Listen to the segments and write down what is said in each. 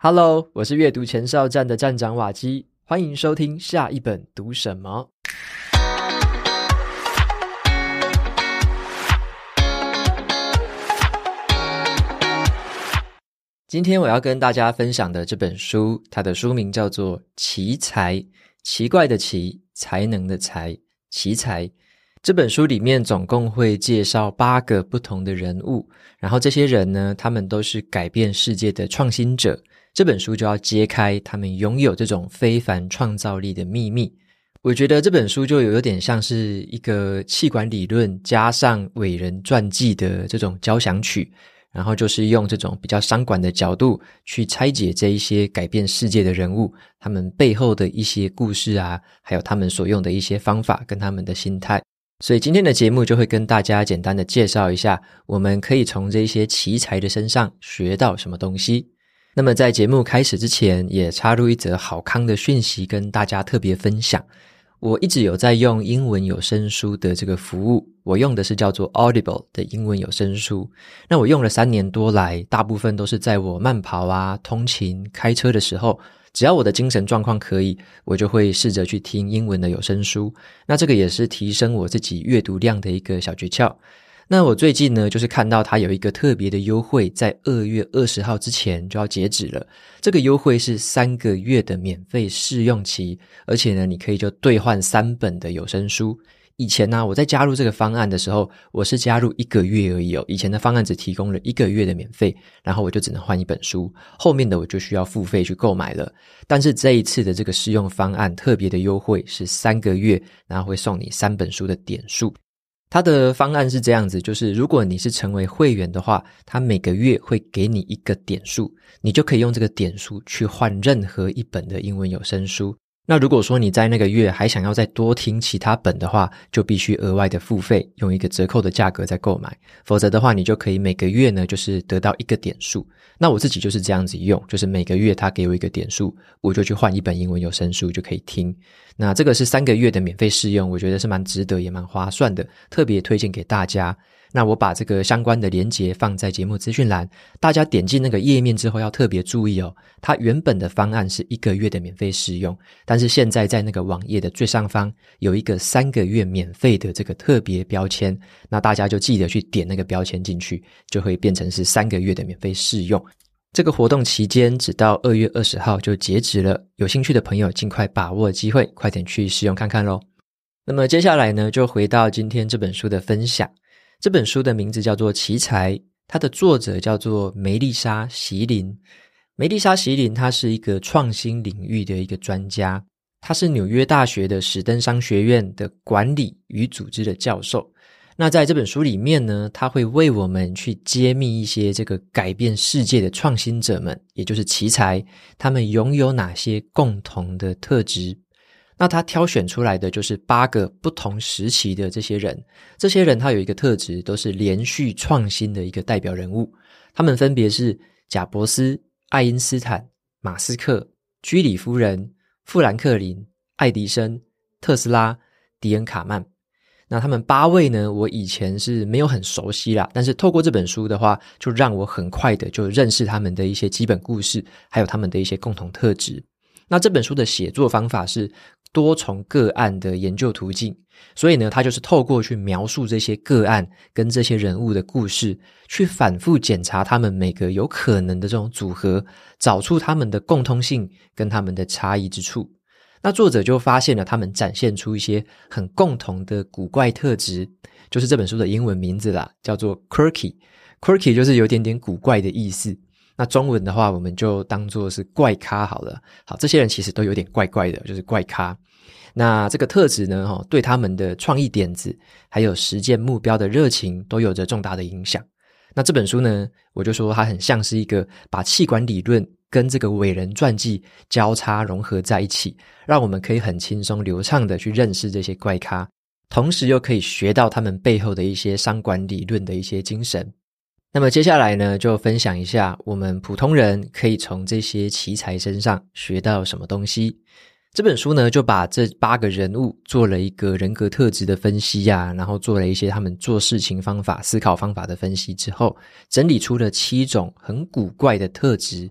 Hello， 我是阅读前哨站的站长瓦基，欢迎收听下一本读什么。今天我要跟大家分享的这本书，它的书名叫做《奇才》，奇怪的奇，才能的才，奇才。这本书里面总共会介绍8个不同的人物，然后这些人呢，他们都是改变世界的创新者。这本书就要揭开他们拥有这种非凡创造力的秘密。我觉得这本书就有点像是一个气管理论加上伟人传记的这种交响曲，然后就是用这种比较商管的角度去拆解这一些改变世界的人物，他们背后的一些故事啊，还有他们所用的一些方法跟他们的心态。所以今天的节目就会跟大家简单的介绍一下，我们可以从这些奇才的身上学到什么东西。那么在节目开始之前，也插入一则好康的讯息跟大家特别分享。我一直有在用英文有声书的这个服务，我用的是叫做 Audible 的英文有声书。那我用了3年多来，大部分都是在我慢跑啊、通勤、开车的时候，只要我的精神状况可以，我就会试着去听英文的有声书。那这个也是提升我自己阅读量的一个小诀窍。那我最近呢，就是看到它有一个特别的优惠，在2月20号之前就要截止了。这个优惠是3个月的免费试用期，而且呢，你可以就兑换3本的有声书。以前呢，我在加入这个方案的时候，我是加入1个月而已哦。以前的方案只提供了1个月的免费，然后我就只能换1本书，后面的我就需要付费去购买了。但是这一次的这个试用方案特别的优惠是3个月，然后会送你3本书的点数。它的方案是这样子，就是如果你是成为会员的话，它每个月会给你1个点数，你就可以用这个点数去换任何1本的英文有声书。那如果说你在那个月还想要再多听其他本的话，就必须额外的付费，用一个折扣的价格再购买。否则的话，你就可以每个月呢，就是得到1个点数。那我自己就是这样子用，就是每个月他给我1个点数，我就去换1本英文有声书就可以听。那这个是3个月的免费试用，我觉得是蛮值得也蛮划算的，特别推荐给大家。那我把这个相关的连结放在节目资讯栏，大家点进那个页面之后要特别注意哦，它原本的方案是1个月的免费试用，但是现在在那个网页的最上方有一个3个月免费的这个特别标签，那大家就记得去点那个标签进去，就会变成是3个月的免费试用。这个活动期间只到2月20号就截止了，有兴趣的朋友尽快把握机会，快点去试用看看咯。那么接下来呢，就回到今天这本书的分享。这本书的名字叫做《奇才》，它的作者叫做梅丽莎·席琳。梅丽莎·席琳她是一个创新领域的一个专家，她是纽约大学的史登商学院的管理与组织的教授。那在这本书里面呢，他会为我们去揭秘一些这个改变世界的创新者们，也就是奇才，他们拥有哪些共同的特质。那他挑选出来的就是8个不同时期的这些人，这些人他有一个特质，都是连续创新的一个代表人物。他们分别是贾伯斯、爱因斯坦、马斯克、居里夫人、富兰克林、爱迪生、特斯拉、迪恩卡曼。那他们8位呢，我以前是没有很熟悉啦，但是透过这本书的话，就让我很快的就认识他们的一些基本故事，还有他们的一些共同特质。那这本书的写作方法是多重个案的研究途径，所以呢，它就是透过去描述这些个案跟这些人物的故事，去反复检查他们每个有可能的这种组合，找出他们的共通性跟他们的差异之处。那作者就发现了他们展现出一些很共同的古怪特质，就是这本书的英文名字啦，叫做 Quirky。Quirky 就是有点点古怪的意思。那中文的话，我们就当作是怪咖好了。好，这些人其实都有点怪怪的，就是怪咖。那这个特质呢，对他们的创意点子，还有实践目标的热情，都有着重大的影响。那这本书呢，我就说它很像是一个把气管理论跟这个伟人传记交叉融合在一起，让我们可以很轻松流畅的去认识这些怪咖，同时又可以学到他们背后的一些商管理论的一些精神。那么接下来呢，就分享一下我们普通人可以从这些奇才身上学到什么东西。这本书呢，就把这8个人物做了一个人格特质的分析啊，然后做了一些他们做事情方法、思考方法的分析之后，整理出了7种很古怪的特质。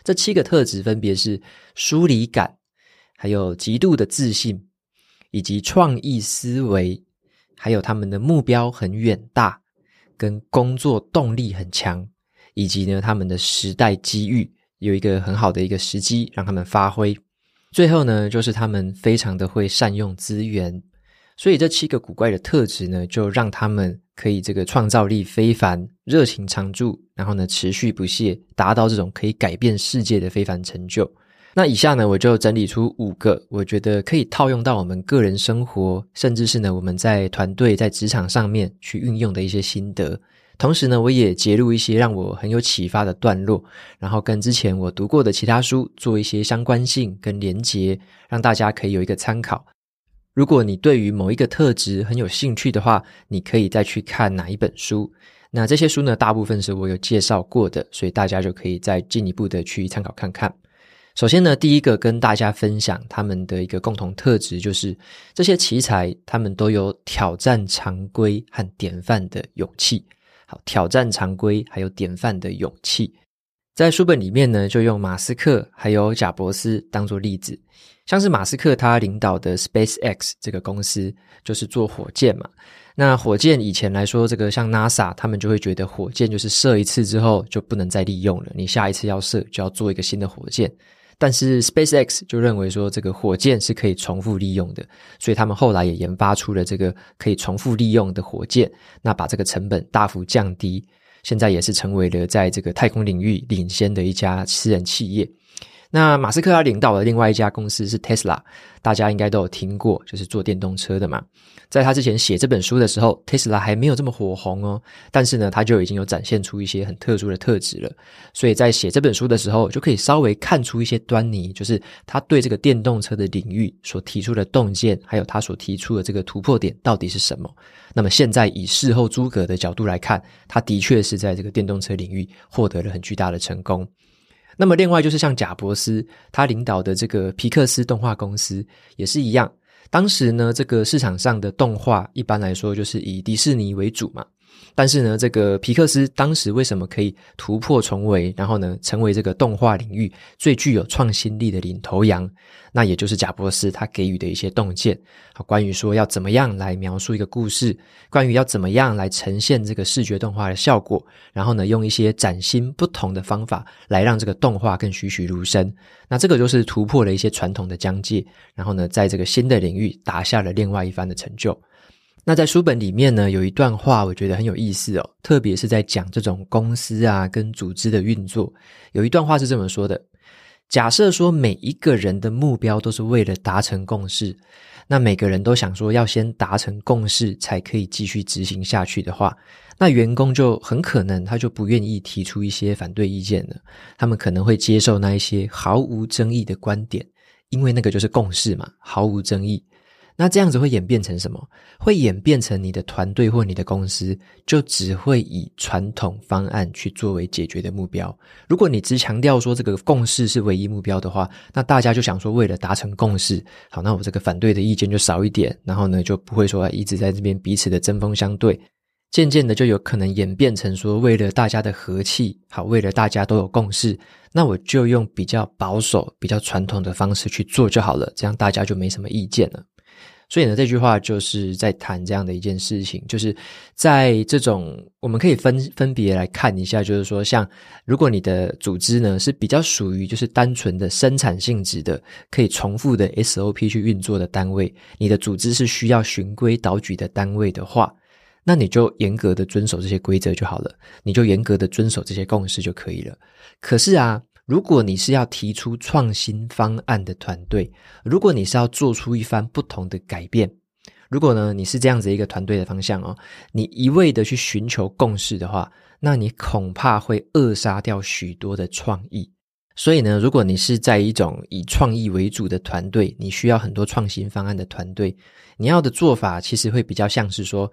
这7个特质分别是疏离感，还有极度的自信，以及创意思维，还有他们的目标很远大，跟工作动力很强，以及呢他们的时代机遇有一个很好的一个时机让他们发挥。最后呢就是他们非常的会善用资源，所以这7个古怪的特质呢就让他们可以这个创造力非凡，热情常驻，然后呢持续不懈，达到这种可以改变世界的非凡成就。那以下呢我就整理出5个我觉得可以套用到我们个人生活，甚至是呢我们在团队在职场上面去运用的一些心得。同时呢我也截录一些让我很有启发的段落，然后跟之前我读过的其他书做一些相关性跟连结，让大家可以有一个参考。如果你对于某一个特质很有兴趣的话，你可以再去看哪一本书。那这些书呢大部分是我有介绍过的，所以大家就可以再进一步的去参考看看。首先呢第一个跟大家分享他们的一个共同特质，就是这些奇才他们都有挑战常规和典范的勇气。好，挑战常规还有典范的勇气。在书本里面呢就用马斯克还有贾伯斯当作例子。像是马斯克他领导的 SpaceX 这个公司就是做火箭嘛，那火箭以前来说，这个像 NASA 他们就会觉得火箭就是射一次之后就不能再利用了，你下一次要射就要做一个新的火箭。但是 SpaceX 就认为说这个火箭是可以重复利用的，所以他们后来也研发出了这个可以重复利用的火箭，那把这个成本大幅降低，现在也是成为了在这个太空领域领先的一家私人企业。那马斯克他领导的另外一家公司是 Tesla， 大家应该都有听过，就是做电动车的嘛。在他之前写这本书的时候， Tesla 还没有这么火红哦，但是呢他就已经有展现出一些很特殊的特质了，所以在写这本书的时候就可以稍微看出一些端倪，就是他对这个电动车的领域所提出的洞见，还有他所提出的这个突破点到底是什么。那么现在以事后诸葛的角度来看，他的确是在这个电动车领域获得了很巨大的成功。那么另外就是像贾伯斯他领导的这个皮克斯动画公司也是一样，当时呢这个市场上的动画一般来说就是以迪士尼为主嘛，但是呢这个皮克斯当时为什么可以突破重围，然后呢成为这个动画领域最具有创新力的领头羊，那也就是贾伯斯他给予的一些洞见，关于说要怎么样来描述一个故事，关于要怎么样来呈现这个视觉动画的效果，然后呢用一些崭新不同的方法来让这个动画更栩栩如生。那这个就是突破了一些传统的疆界，然后呢在这个新的领域打下了另外一番的成就。那在书本里面呢有一段话我觉得很有意思哦，特别是在讲这种公司啊跟组织的运作。有一段话是这么说的：假设说每一个人的目标都是为了达成共识，那每个人都想说要先达成共识才可以继续执行下去的话，那员工就很可能他就不愿意提出一些反对意见了，他们可能会接受那一些毫无争议的观点，因为那个就是共识嘛，毫无争议。那这样子会演变成什么？会演变成你的团队或你的公司就只会以传统方案去作为解决的目标。如果你只强调说这个共识是唯一目标的话，那大家就想说为了达成共识，好，那我这个反对的意见就少一点，然后呢就不会说一直在这边彼此的针锋相对。渐渐的就有可能演变成说为了大家的和气，好，为了大家都有共识，那我就用比较保守比较传统的方式去做就好了，这样大家就没什么意见了。所以呢这句话就是在谈这样的一件事情，就是在这种我们可以分别来看一下，就是说像如果你的组织呢是比较属于就是单纯的生产性质的可以重复的 SOP 去运作的单位，你的组织是需要循规蹈矩的单位的话，那你就严格的遵守这些规则就好了，你就严格的遵守这些共识就可以了。可是啊，如果你是要提出创新方案的团队，如果你是要做出一番不同的改变，如果呢你是这样子一个团队的方向哦，你一味的去寻求共识的话，那你恐怕会扼杀掉许多的创意。所以呢，如果你是在一种以创意为主的团队，你需要很多创新方案的团队，你要的做法其实会比较像是说，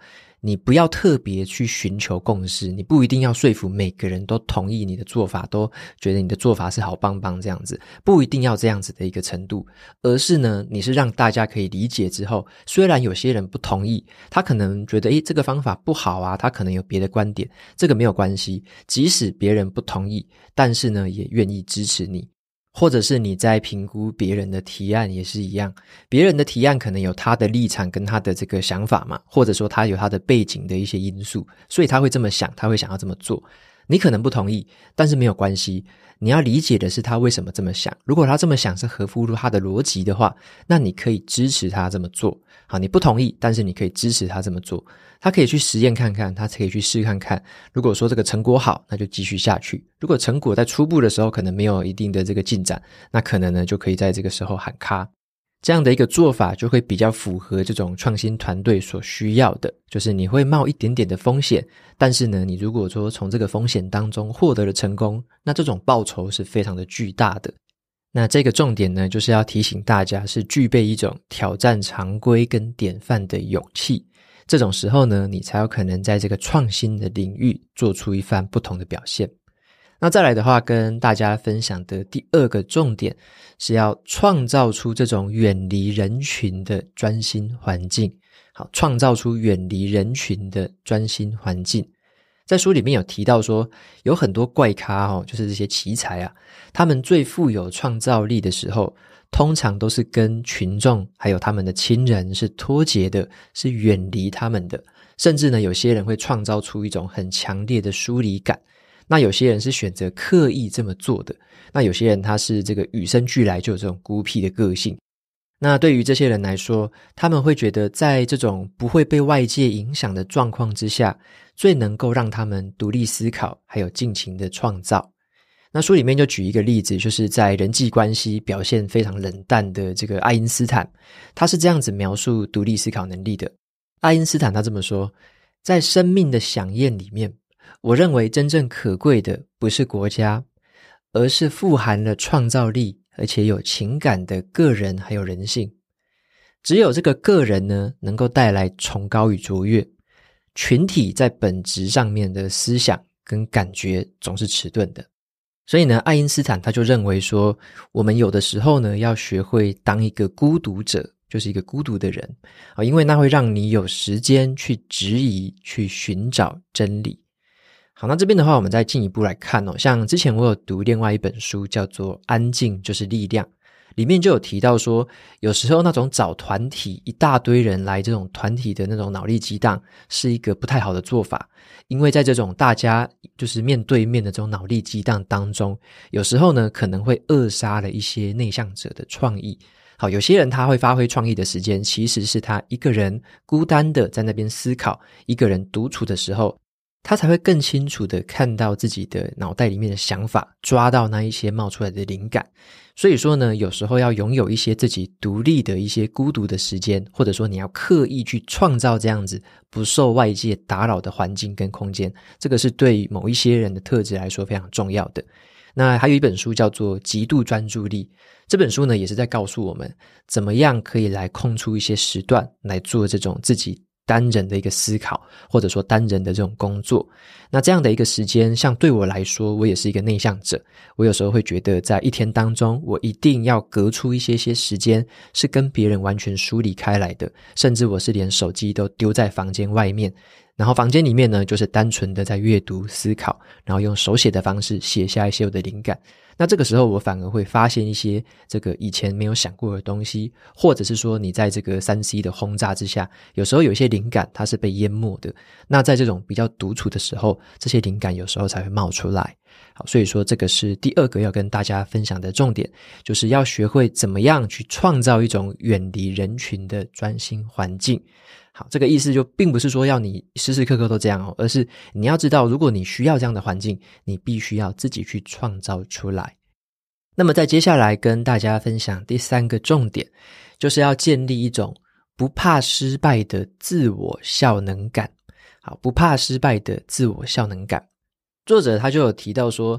你不要特别去寻求共识，你不一定要说服每个人都同意你的做法，都觉得你的做法是好棒棒这样子，不一定要这样子的一个程度，而是呢，你是让大家可以理解之后，虽然有些人不同意，他可能觉得这个方法不好啊，他可能有别的观点，这个没有关系，即使别人不同意，但是呢，也愿意支持你。或者是你在评估别人的提案也是一样，别人的提案可能有他的立场跟他的这个想法嘛，或者说他有他的背景的一些因素，所以他会这么想，他会想要这么做。你可能不同意，但是没有关系，你要理解的是他为什么这么想。如果他这么想是合乎他的逻辑的话，那你可以支持他这么做。好，你不同意，但是你可以支持他这么做。他可以去实验看看，他可以去试看看。如果说这个成果好，那就继续下去。如果成果在初步的时候可能没有一定的这个进展，那可能呢就可以在这个时候喊卡。这样的一个做法就会比较符合这种创新团队所需要的，就是你会冒一点点的风险，但是呢，你如果说从这个风险当中获得了成功，那这种报酬是非常的巨大的。那这个重点呢，就是要提醒大家是具备一种挑战常规跟典范的勇气，这种时候呢，你才有可能在这个创新的领域做出一番不同的表现。那再来的话，跟大家分享的第二个重点是要创造出这种远离人群的专心环境。好，创造出远离人群的专心环境。在书里面有提到说，有很多怪咖就是这些奇才啊，他们最富有创造力的时候，通常都是跟群众还有他们的亲人是脱节的，是远离他们的。甚至呢，有些人会创造出一种很强烈的疏离感。那有些人是选择刻意这么做的，那有些人他是这个与生俱来就有这种孤僻的个性。那对于这些人来说，他们会觉得在这种不会被外界影响的状况之下，最能够让他们独立思考还有尽情的创造。那书里面就举一个例子，就是在人际关系表现非常冷淡的这个爱因斯坦，他是这样子描述独立思考能力的。爱因斯坦他这么说，在生命的飨宴里面，我认为真正可贵的不是国家，而是富含了创造力而且有情感的个人还有人性。只有这个个人呢，能够带来崇高与卓越，群体在本质上面的思想跟感觉总是迟钝的。所以呢，爱因斯坦他就认为说，我们有的时候呢，要学会当一个孤独者，就是一个孤独的人因为那会让你有时间去质疑，去寻找真理。好，那这边的话我们再进一步来看像之前我有读另外一本书叫做《安静就是力量》，里面就有提到说，有时候那种找团体一大堆人来这种团体的那种脑力激荡是一个不太好的做法，因为在这种大家就是面对面的这种脑力激荡当中，有时候呢可能会扼杀了一些内向者的创意。好，有些人他会发挥创意的时间，其实是他一个人孤单的在那边思考，一个人独处的时候，他才会更清楚的看到自己的脑袋里面的想法，抓到那一些冒出来的灵感。所以说呢，有时候要拥有一些自己独立的一些孤独的时间，或者说你要刻意去创造这样子不受外界打扰的环境跟空间，这个是对某一些人的特质来说非常重要的。那还有一本书叫做《极度专注力》，这本书呢也是在告诉我们怎么样可以来空出一些时段来做这种自己单人的一个思考，或者说单人的这种工作。那这样的一个时间，像对我来说，我也是一个内向者，我有时候会觉得在一天当中，我一定要隔出一些时间是跟别人完全疏离开来的，甚至我是连手机都丢在房间外面，然后房间里面呢就是单纯的在阅读思考，然后用手写的方式写下一些我的灵感。那这个时候我反而会发现一些这个以前没有想过的东西，或者是说你在这个 3C 的轰炸之下，有时候有一些灵感它是被淹没的，那在这种比较独处的时候，这些灵感有时候才会冒出来。好，所以说这个是第二个要跟大家分享的重点，就是要学会怎么样去创造一种远离人群的专心环境。好，这个意思就并不是说要你时时刻刻都这样而是你要知道，如果你需要这样的环境，你必须要自己去创造出来。那么在接下来跟大家分享第三个重点，就是要建立一种不怕失败的自我效能感。好，不怕失败的自我效能感。作者他就有提到说，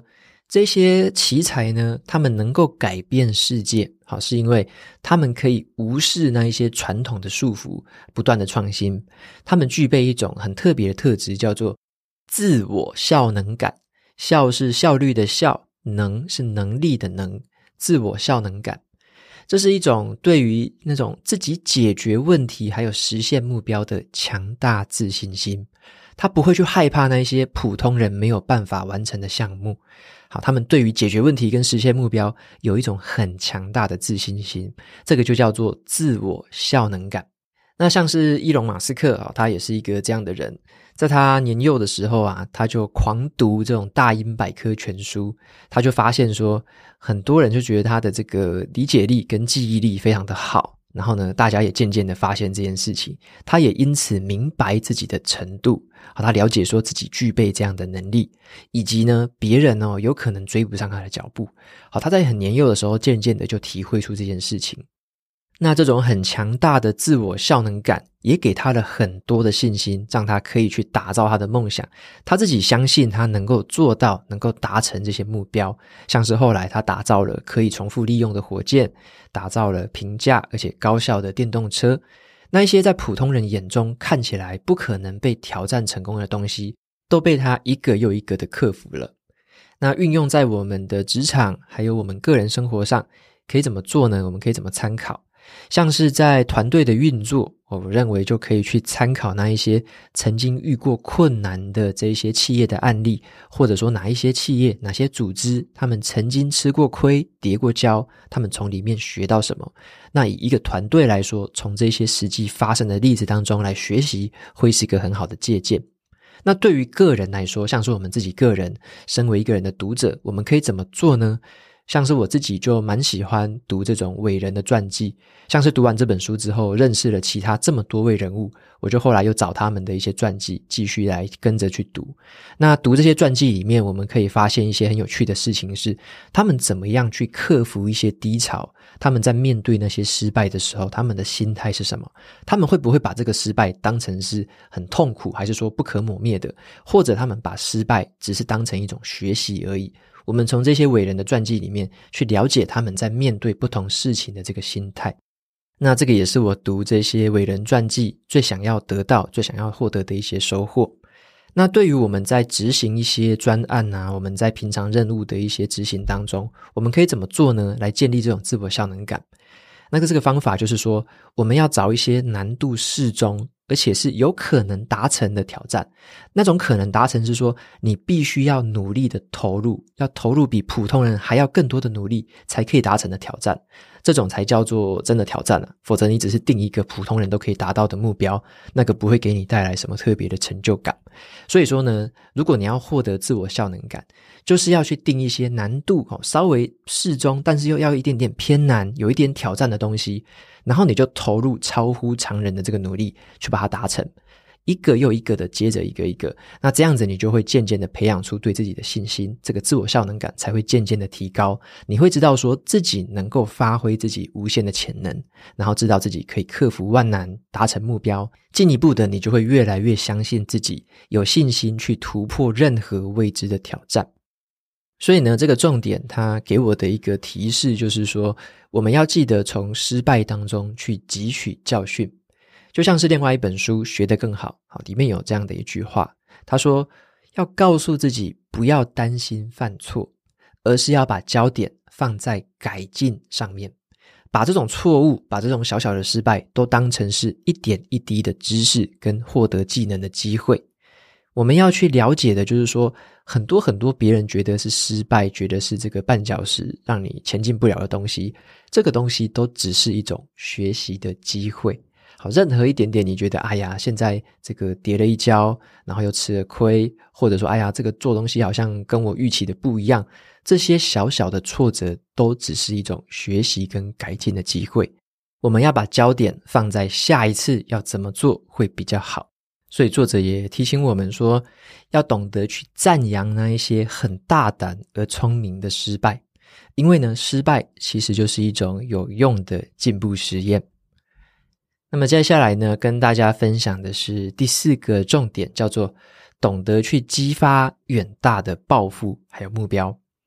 这些奇才呢，他们能够改变世界，好，是因为他们可以无视那一些传统的束缚，不断的创新。他们具备一种很特别的特质，叫做自我效能感。效是效率的效，能是能力的能，自我效能感。这是一种对于那种自己解决问题还有实现目标的强大自信心。他不会去害怕那些普通人没有办法完成的项目。好，他们对于解决问题跟实现目标有一种很强大的自信心，这个就叫做自我效能感。那像是伊隆马斯克啊，他也是一个这样的人。在他年幼的时候啊，他就狂读这种大英百科全书，他就发现说，很多人就觉得他的这个理解力跟记忆力非常的好。然后呢，大家也渐渐的发现这件事情，他也因此明白自己的程度，好，他了解说自己具备这样的能力，以及呢，别人有可能追不上他的脚步。好，他在很年幼的时候，渐渐的就体会出这件事情。那这种很强大的自我效能感也给他了很多的信心，让他可以去打造他的梦想。他自己相信他能够做到，能够达成这些目标。像是后来他打造了可以重复利用的火箭，打造了平价而且高效的电动车。那一些在普通人眼中看起来不可能被挑战成功的东西，都被他一个又一个的克服了。那运用在我们的职场还有我们个人生活上，可以怎么做呢？我们可以怎么参考？像是在团队的运作，我认为就可以去参考那一些曾经遇过困难的这一些企业的案例，或者说哪一些企业哪些组织他们曾经吃过亏跌过跤，他们从里面学到什么。那以一个团队来说，从这些实际发生的例子当中来学习，会是一个很好的借鉴。那对于个人来说，像是我们自己个人身为一个人的读者，我们可以怎么做呢？像是我自己就蛮喜欢读这种伟人的传记，像是读完这本书之后认识了其他这么多位人物，我就后来又找他们的一些传记继续来跟着去读。那读这些传记里面，我们可以发现一些很有趣的事情，是他们怎么样去克服一些低潮，他们在面对那些失败的时候，他们的心态是什么，他们会不会把这个失败当成是很痛苦还是说不可磨灭的，或者他们把失败只是当成一种学习而已。我们从这些伟人的传记里面去了解他们在面对不同事情的这个心态。那这个也是我读这些伟人传记最想要得到最想要获得的一些收获。那对于我们在执行一些专案啊，我们在平常任务的一些执行当中，我们可以怎么做呢？来建立这种自我效能感。那这个方法就是说，我们要找一些难度适中而且是有可能达成的挑战。那种可能达成是说，你必须要努力的投入，要投入比普通人还要更多的努力才可以达成的挑战，这种才叫做真的挑战啊。否则你只是定一个普通人都可以达到的目标，那个不会给你带来什么特别的成就感。所以说呢，如果你要获得自我效能感，就是要去定一些难度稍微适中，但是又要一点点偏难，有一点挑战的东西，然后你就投入超乎常人的这个努力去把它达成，一个又一个的接着一个一个，那这样子你就会渐渐的培养出对自己的信心，这个自我效能感才会渐渐的提高。你会知道说自己能够发挥自己无限的潜能，然后知道自己可以克服万难达成目标，进一步的你就会越来越相信自己，有信心去突破任何未知的挑战。所以呢，这个重点它给我的一个提示就是说，我们要记得从失败当中去汲取教训。就像是另外一本书学得更好，里面有这样的一句话，他说要告诉自己不要担心犯错，而是要把焦点放在改进上面，把这种错误，把这种小小的失败都当成是一点一滴的知识跟获得技能的机会。我们要去了解的就是说，很多很多别人觉得是失败，觉得是这个绊脚石让你前进不了的东西，这个东西都只是一种学习的机会。好，任何一点点你觉得哎呀现在这个跌了一跤，然后又吃了亏，或者说哎呀这个做东西好像跟我预期的不一样，这些小小的挫折都只是一种学习跟改进的机会。我们要把焦点放在下一次要怎么做会比较好。所以作者也提醒我们说，要懂得去赞扬那一些很大胆而聪明的失败，因为呢失败其实就是一种有用的进步实验。那么接下来呢，跟大家分享的是第4个重点，叫做懂得去激发远大的抱负还有目标。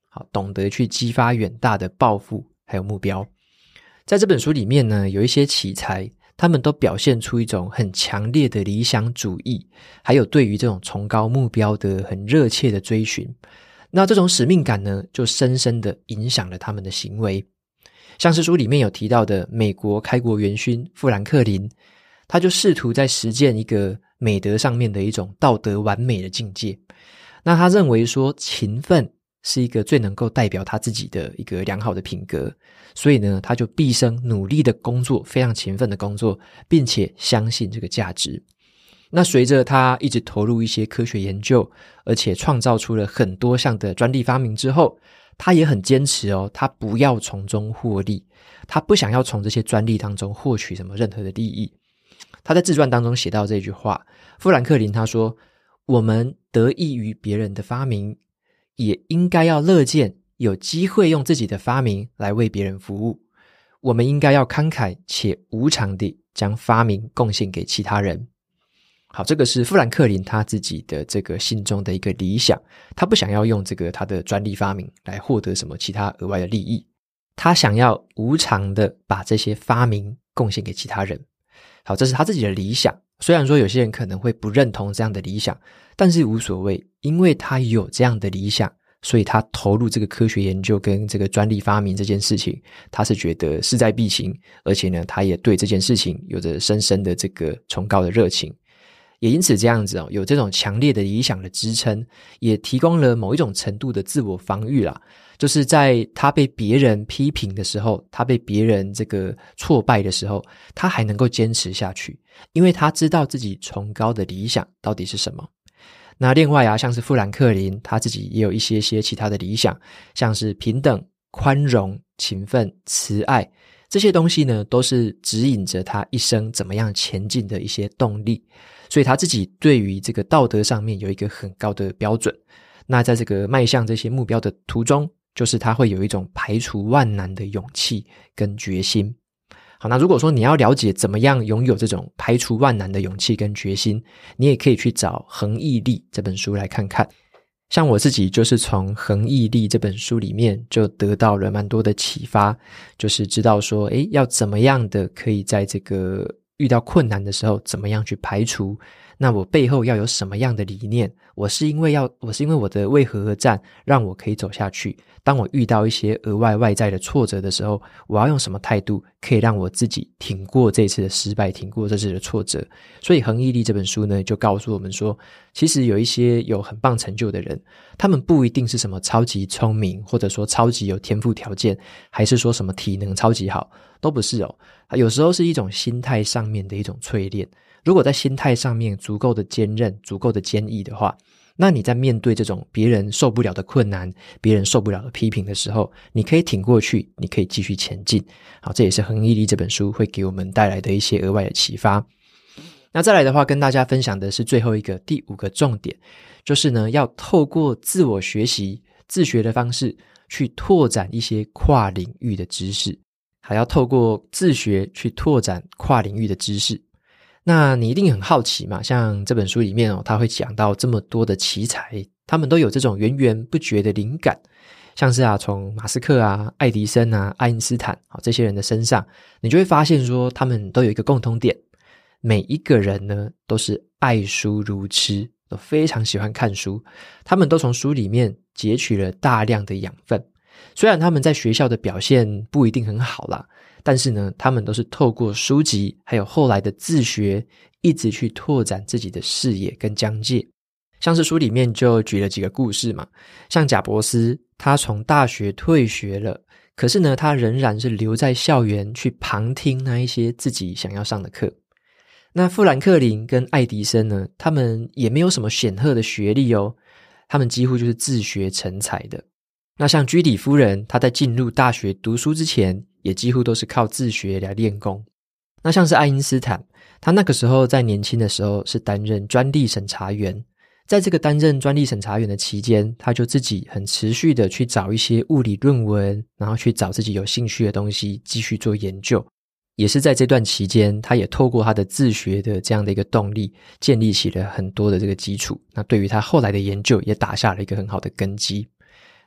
好，懂得去激发远大的抱负还有目标。在这本书里面呢，有一些奇才，他们都表现出一种很强烈的理想主义，还有对于这种崇高目标的很热切的追寻。那这种使命感呢，就深深的影响了他们的行为。像是书里面有提到的美国开国元勋富兰克林，他就试图在实践一个美德上面的一种道德完美的境界。那他认为说勤奋是一个最能够代表他自己的一个良好的品格，所以呢，他就毕生努力的工作，非常勤奋的工作，并且相信这个价值。那随着他一直投入一些科学研究，而且创造出了很多项的专利发明之后，他也很坚持他不要从中获利，他不想要从这些专利当中获取什么任何的利益。他在自传当中写到这句话，富兰克林他说，我们得益于别人的发明，也应该要乐见有机会用自己的发明来为别人服务。我们应该要慷慨且无偿地将发明贡献给其他人。好，这个是富兰克林他自己的这个心中的一个理想，他不想要用这个他的专利发明来获得什么其他额外的利益，他想要无偿的把这些发明贡献给其他人。好，这是他自己的理想，虽然说有些人可能会不认同这样的理想，但是无所谓，因为他有这样的理想，所以他投入这个科学研究跟这个专利发明这件事情，他是觉得势在必行，而且呢，他也对这件事情有着深深的这个崇高的热情。也因此这样子有这种强烈的理想的支撑，也提供了某一种程度的自我防御啦。就是在他被别人批评的时候，他被别人这个挫败的时候，他还能够坚持下去，因为他知道自己崇高的理想到底是什么。那另外像是富兰克林他自己也有一些其他的理想，像是平等、宽容、勤奋、慈爱，这些东西呢，都是指引着他一生怎么样前进的一些动力。所以他自己对于这个道德上面有一个很高的标准。那在这个迈向这些目标的途中，就是他会有一种排除万难的勇气跟决心。好，那如果说你要了解怎么样拥有这种排除万难的勇气跟决心，你也可以去找《恒毅力》这本书来看看。像我自己就是从《恒毅力》这本书里面就得到了蛮多的启发，就是知道说要怎么样的可以在这个遇到困难的时候怎么样去排除，那我背后要有什么样的理念，我是因为我的为何而战让我可以走下去，当我遇到一些额外在的挫折的时候，我要用什么态度可以让我自己挺过这次的失败，挺过这次的挫折。所以《恒毅力》这本书呢，就告诉我们说，其实有一些有很棒成就的人，他们不一定是什么超级聪明，或者说超级有天赋条件，还是说什么体能超级好，都不是有时候是一种心态上面的一种淬炼。如果在心态上面足够的坚韧，足够的坚毅的话，那你在面对这种别人受不了的困难，别人受不了的批评的时候，你可以挺过去，你可以继续前进。好，这也是《恒毅力》这本书会给我们带来的一些额外的启发。那再来的话，跟大家分享的是最后一个第5个重点，就是呢，要透过自我学习、自学的方式去拓展一些跨领域的知识，还要透过自学去拓展跨领域的知识。那你一定很好奇嘛，像这本书里面他会讲到这么多的奇才，他们都有这种源源不绝的灵感，像是从马斯克爱迪生爱因斯坦这些人的身上，你就会发现说他们都有一个共同点，每一个人呢都是爱书如痴，都非常喜欢看书，他们都从书里面截取了大量的养分。虽然他们在学校的表现不一定很好啦，但是呢，他们都是透过书籍还有后来的自学，一直去拓展自己的视野跟疆界。像是书里面就举了几个故事嘛，像贾伯斯，他从大学退学了，可是呢，他仍然是留在校园去旁听那一些自己想要上的课。那富兰克林跟爱迪生呢，他们也没有什么显赫的学历他们几乎就是自学成才的。那像居里夫人，她在进入大学读书之前，也几乎都是靠自学来练功。那像是爱因斯坦，他那个时候在年轻的时候是担任专利审查员，在这个担任专利审查员的期间，他就自己很持续的去找一些物理论文，然后去找自己有兴趣的东西继续做研究。也是在这段期间，他也透过他的自学的这样的一个动力，建立起了很多的这个基础，那对于他后来的研究也打下了一个很好的根基。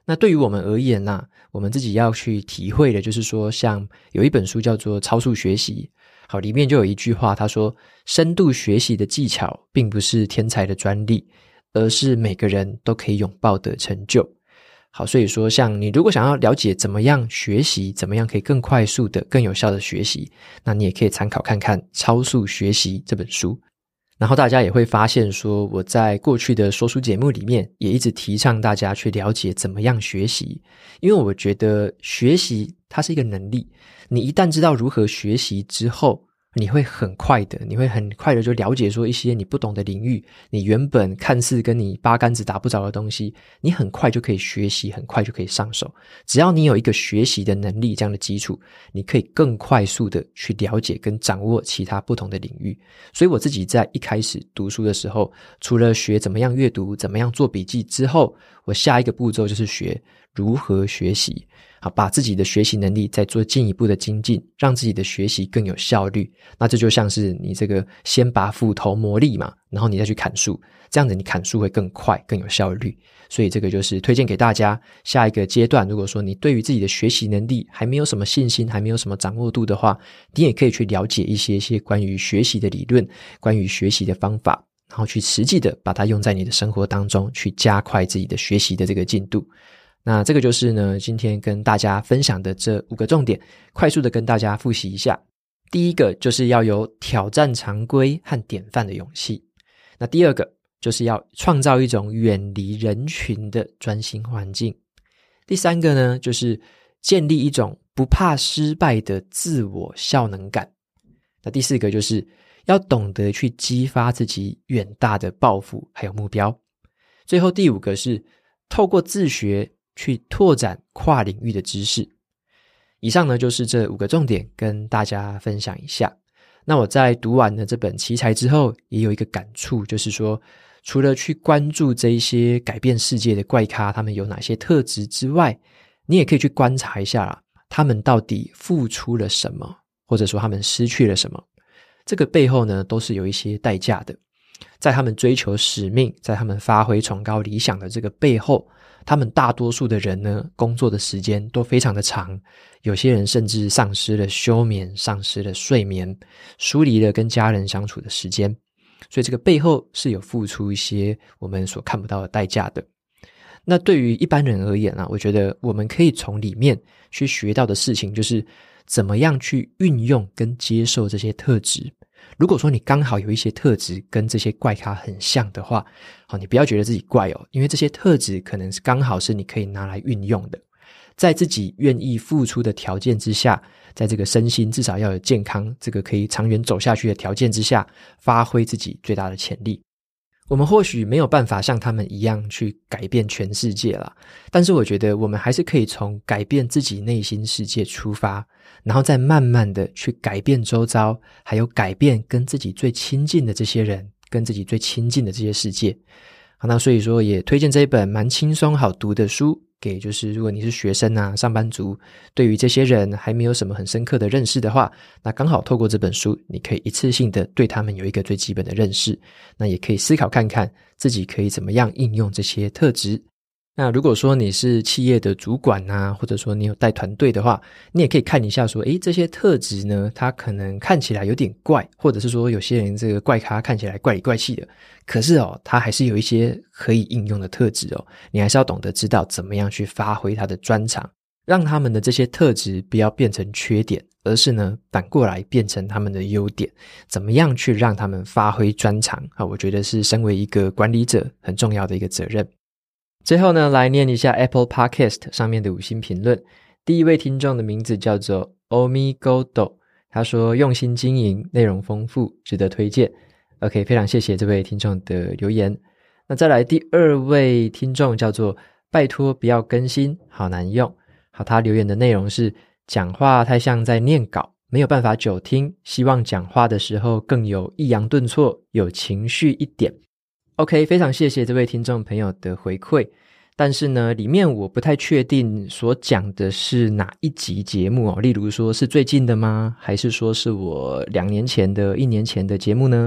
那对于我们而言啊，我们自己要去体会的就是说，像有一本书叫做超速学习，好，里面就有一句话，他说深度学习的技巧并不是天才的专利，而是每个人都可以拥抱的成就。好，所以说像你如果想要了解怎么样学习，怎么样可以更快速的更有效的学习，那你也可以参考看看超速学习这本书。然后大家也会发现说，我在过去的说书节目里面也一直提倡大家去了解怎么样学习，因为我觉得学习它是一个能力，你一旦知道如何学习之后，你会很快的就了解说一些你不懂的领域，你原本看似跟你八竿子打不着的东西，你很快就可以学习，很快就可以上手。只要你有一个学习的能力这样的基础，你可以更快速的去了解跟掌握其他不同的领域。所以我自己在一开始读书的时候，除了学怎么样阅读，怎么样做笔记之后，我下一个步骤就是学如何学习。好，把自己的学习能力再做进一步的精进，让自己的学习更有效率。那这就像是你这个先把斧头磨砺嘛，然后你再去砍树，这样子你砍树会更快更有效率。所以这个就是推荐给大家，下一个阶段如果说你对于自己的学习能力还没有什么信心，还没有什么掌握度的话，你也可以去了解一些关于学习的理论，关于学习的方法，然后去实际的把它用在你的生活当中，去加快自己的学习的这个进度。那这个就是呢，今天跟大家分享的这5个重点，快速的跟大家复习一下。第一个就是要有挑战常规和典范的勇气。那第二个就是要创造一种远离人群的专心环境。第三个呢，就是建立一种不怕失败的自我效能感。那第四个就是要懂得去激发自己远大的抱负还有目标。最后第5个是透过自学去拓展跨领域的知识。以上呢就是这5个重点跟大家分享一下。那我在读完了这本奇才之后，也有一个感触，就是说除了去关注这一些改变世界的怪咖他们有哪些特质之外，你也可以去观察一下啦，他们到底付出了什么，或者说他们失去了什么。这个背后呢都是有一些代价的。在他们追求使命，在他们发挥崇高理想的这个背后，他们大多数的人呢，工作的时间都非常的长，有些人甚至丧失了休眠，丧失了睡眠，疏离了跟家人相处的时间。所以这个背后是有付出一些我们所看不到的代价的。那对于一般人而言啊，我觉得我们可以从里面去学到的事情，就是怎么样去运用跟接受这些特质。如果说你刚好有一些特质跟这些怪咖很像的话，你不要觉得自己怪哦，因为这些特质可能是刚好是你可以拿来运用的。在自己愿意付出的条件之下，在这个身心至少要有健康，这个可以长远走下去的条件之下，发挥自己最大的潜力。我们或许没有办法像他们一样去改变全世界啦，但是我觉得我们还是可以从改变自己内心世界出发，然后再慢慢的去改变周遭，还有改变跟自己最亲近的这些人，跟自己最亲近的这些世界。好，那所以说也推荐这一本蛮轻松好读的书给就是如果你是学生啊，上班族，对于这些人还没有什么很深刻的认识的话，那刚好透过这本书，你可以一次性的对他们有一个最基本的认识，那也可以思考看看自己可以怎么样应用这些特质。那如果说你是企业的主管啊，或者说你有带团队的话，你也可以看一下说，这些特质呢，它可能看起来有点怪，或者是说有些人这个怪咖看起来怪里怪气的，可是它还是有一些可以应用的特质哦，你还是要懂得知道怎么样去发挥他的专长，让他们的这些特质不要变成缺点，而是呢反过来变成他们的优点，怎么样去让他们发挥专长啊？我觉得是身为一个管理者很重要的一个责任。最后呢，来念一下 Apple Podcast 上面的5星评论。第一位听众的名字叫做 Omigodo， 他说用心经营，内容丰富，值得推荐。OK， 非常谢谢这位听众的留言。那再来第2位听众叫做拜托不要更新，好难用。好，他留言的内容是讲话太像在念稿，没有办法久听，希望讲话的时候更有抑扬顿挫，有情绪一点。OK， 非常谢谢这位听众朋友的回馈，但是呢，里面我不太确定所讲的是哪一集节目哦，例如说是最近的吗？还是说是我2年前的、1年前的节目呢？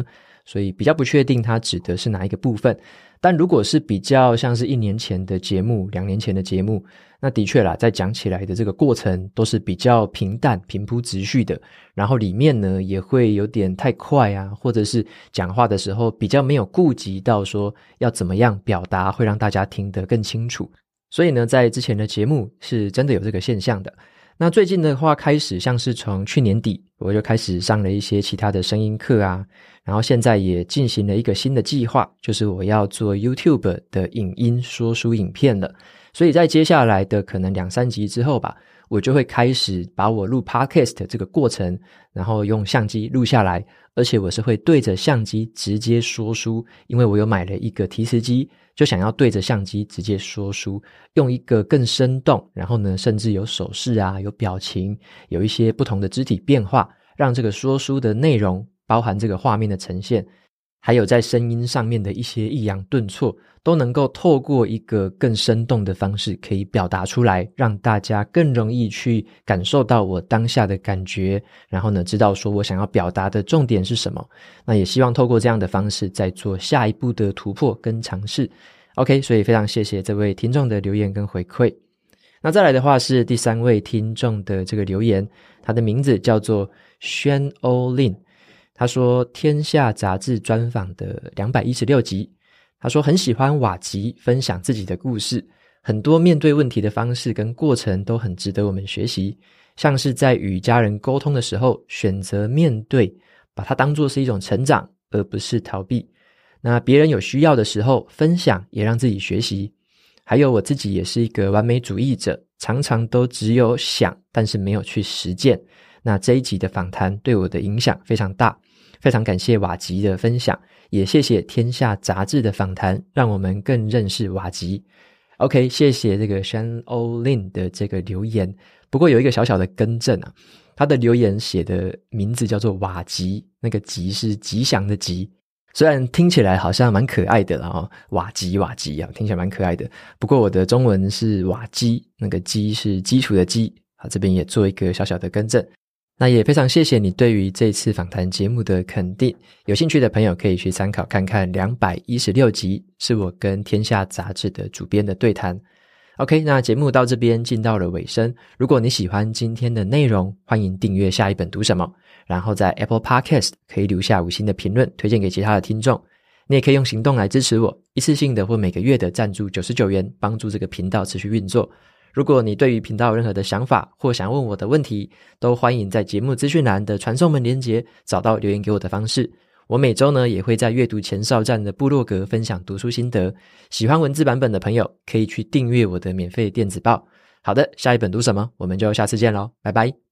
所以比较不确定它指的是哪一个部分。但如果是比较像是1年前的节目、2年前的节目，那的确啦，在讲起来的这个过程都是比较平淡、平铺直叙的，然后里面呢也会有点太快啊，或者是讲话的时候比较没有顾及到说要怎么样表达会让大家听得更清楚。所以呢，在之前的节目是真的有这个现象的。那最近的话开始像是从去年底我就开始上了一些其他的声音课啊，然后现在也进行了一个新的计划，就是我要做 YouTube 的影音说书影片了。所以在接下来的可能2-3集之后吧，我就会开始把我录 Podcast 这个过程，然后用相机录下来，而且我是会对着相机直接说书，因为我有买了一个提词机，就想要对着相机直接说书，用一个更生动，然后呢甚至有手势啊，有表情，有一些不同的肢体变化，让这个说书的内容包含这个画面的呈现，还有在声音上面的一些抑扬顿挫，都能够透过一个更生动的方式可以表达出来，让大家更容易去感受到我当下的感觉，然后呢知道说我想要表达的重点是什么。那也希望透过这样的方式再做下一步的突破跟尝试。 OK， 所以非常谢谢这位听众的留言跟回馈。那再来的话是第3位听众的这个留言，他的名字叫做宣欧令，他说天下杂志专访的216集，他说很喜欢瓦吉分享自己的故事，很多面对问题的方式跟过程都很值得我们学习，像是在与家人沟通的时候选择面对，把它当作是一种成长而不是逃避。那别人有需要的时候分享，也让自己学习。还有我自己也是一个完美主义者，常常都只有想但是没有去实践。那这一集的访谈对我的影响非常大，非常感谢瓦吉的分享，也谢谢天下杂志的访谈，让我们更认识瓦吉。 OK， 谢谢这个 Shan Olin 的这个留言。不过有一个小小的更正啊，他的留言写的名字叫做瓦吉，那个吉是吉祥的吉，虽然听起来好像蛮可爱的啦哦，瓦吉瓦吉啊，听起来蛮可爱的。不过我的中文是瓦基，那个基是基础的基，好，这边也做一个小小的更正。那也非常谢谢你对于这次访谈节目的肯定，有兴趣的朋友可以去参考看看216集，是我跟天下杂志的主编的对谈。OK， 那节目到这边进到了尾声，如果你喜欢今天的内容，欢迎订阅下一本读什么，然后在 Apple Podcast 可以留下5星的评论，推荐给其他的听众。你也可以用行动来支持我，一次性的或每个月的赞助99元，帮助这个频道持续运作。如果你对于频道有任何的想法或想问我的问题，都欢迎在节目资讯栏的传送门连结找到留言给我的方式。我每周呢也会在阅读前哨站的部落格分享读书心得，喜欢文字版本的朋友可以去订阅我的免费电子报。好的，下一本读什么？我们就下次见咯，拜拜。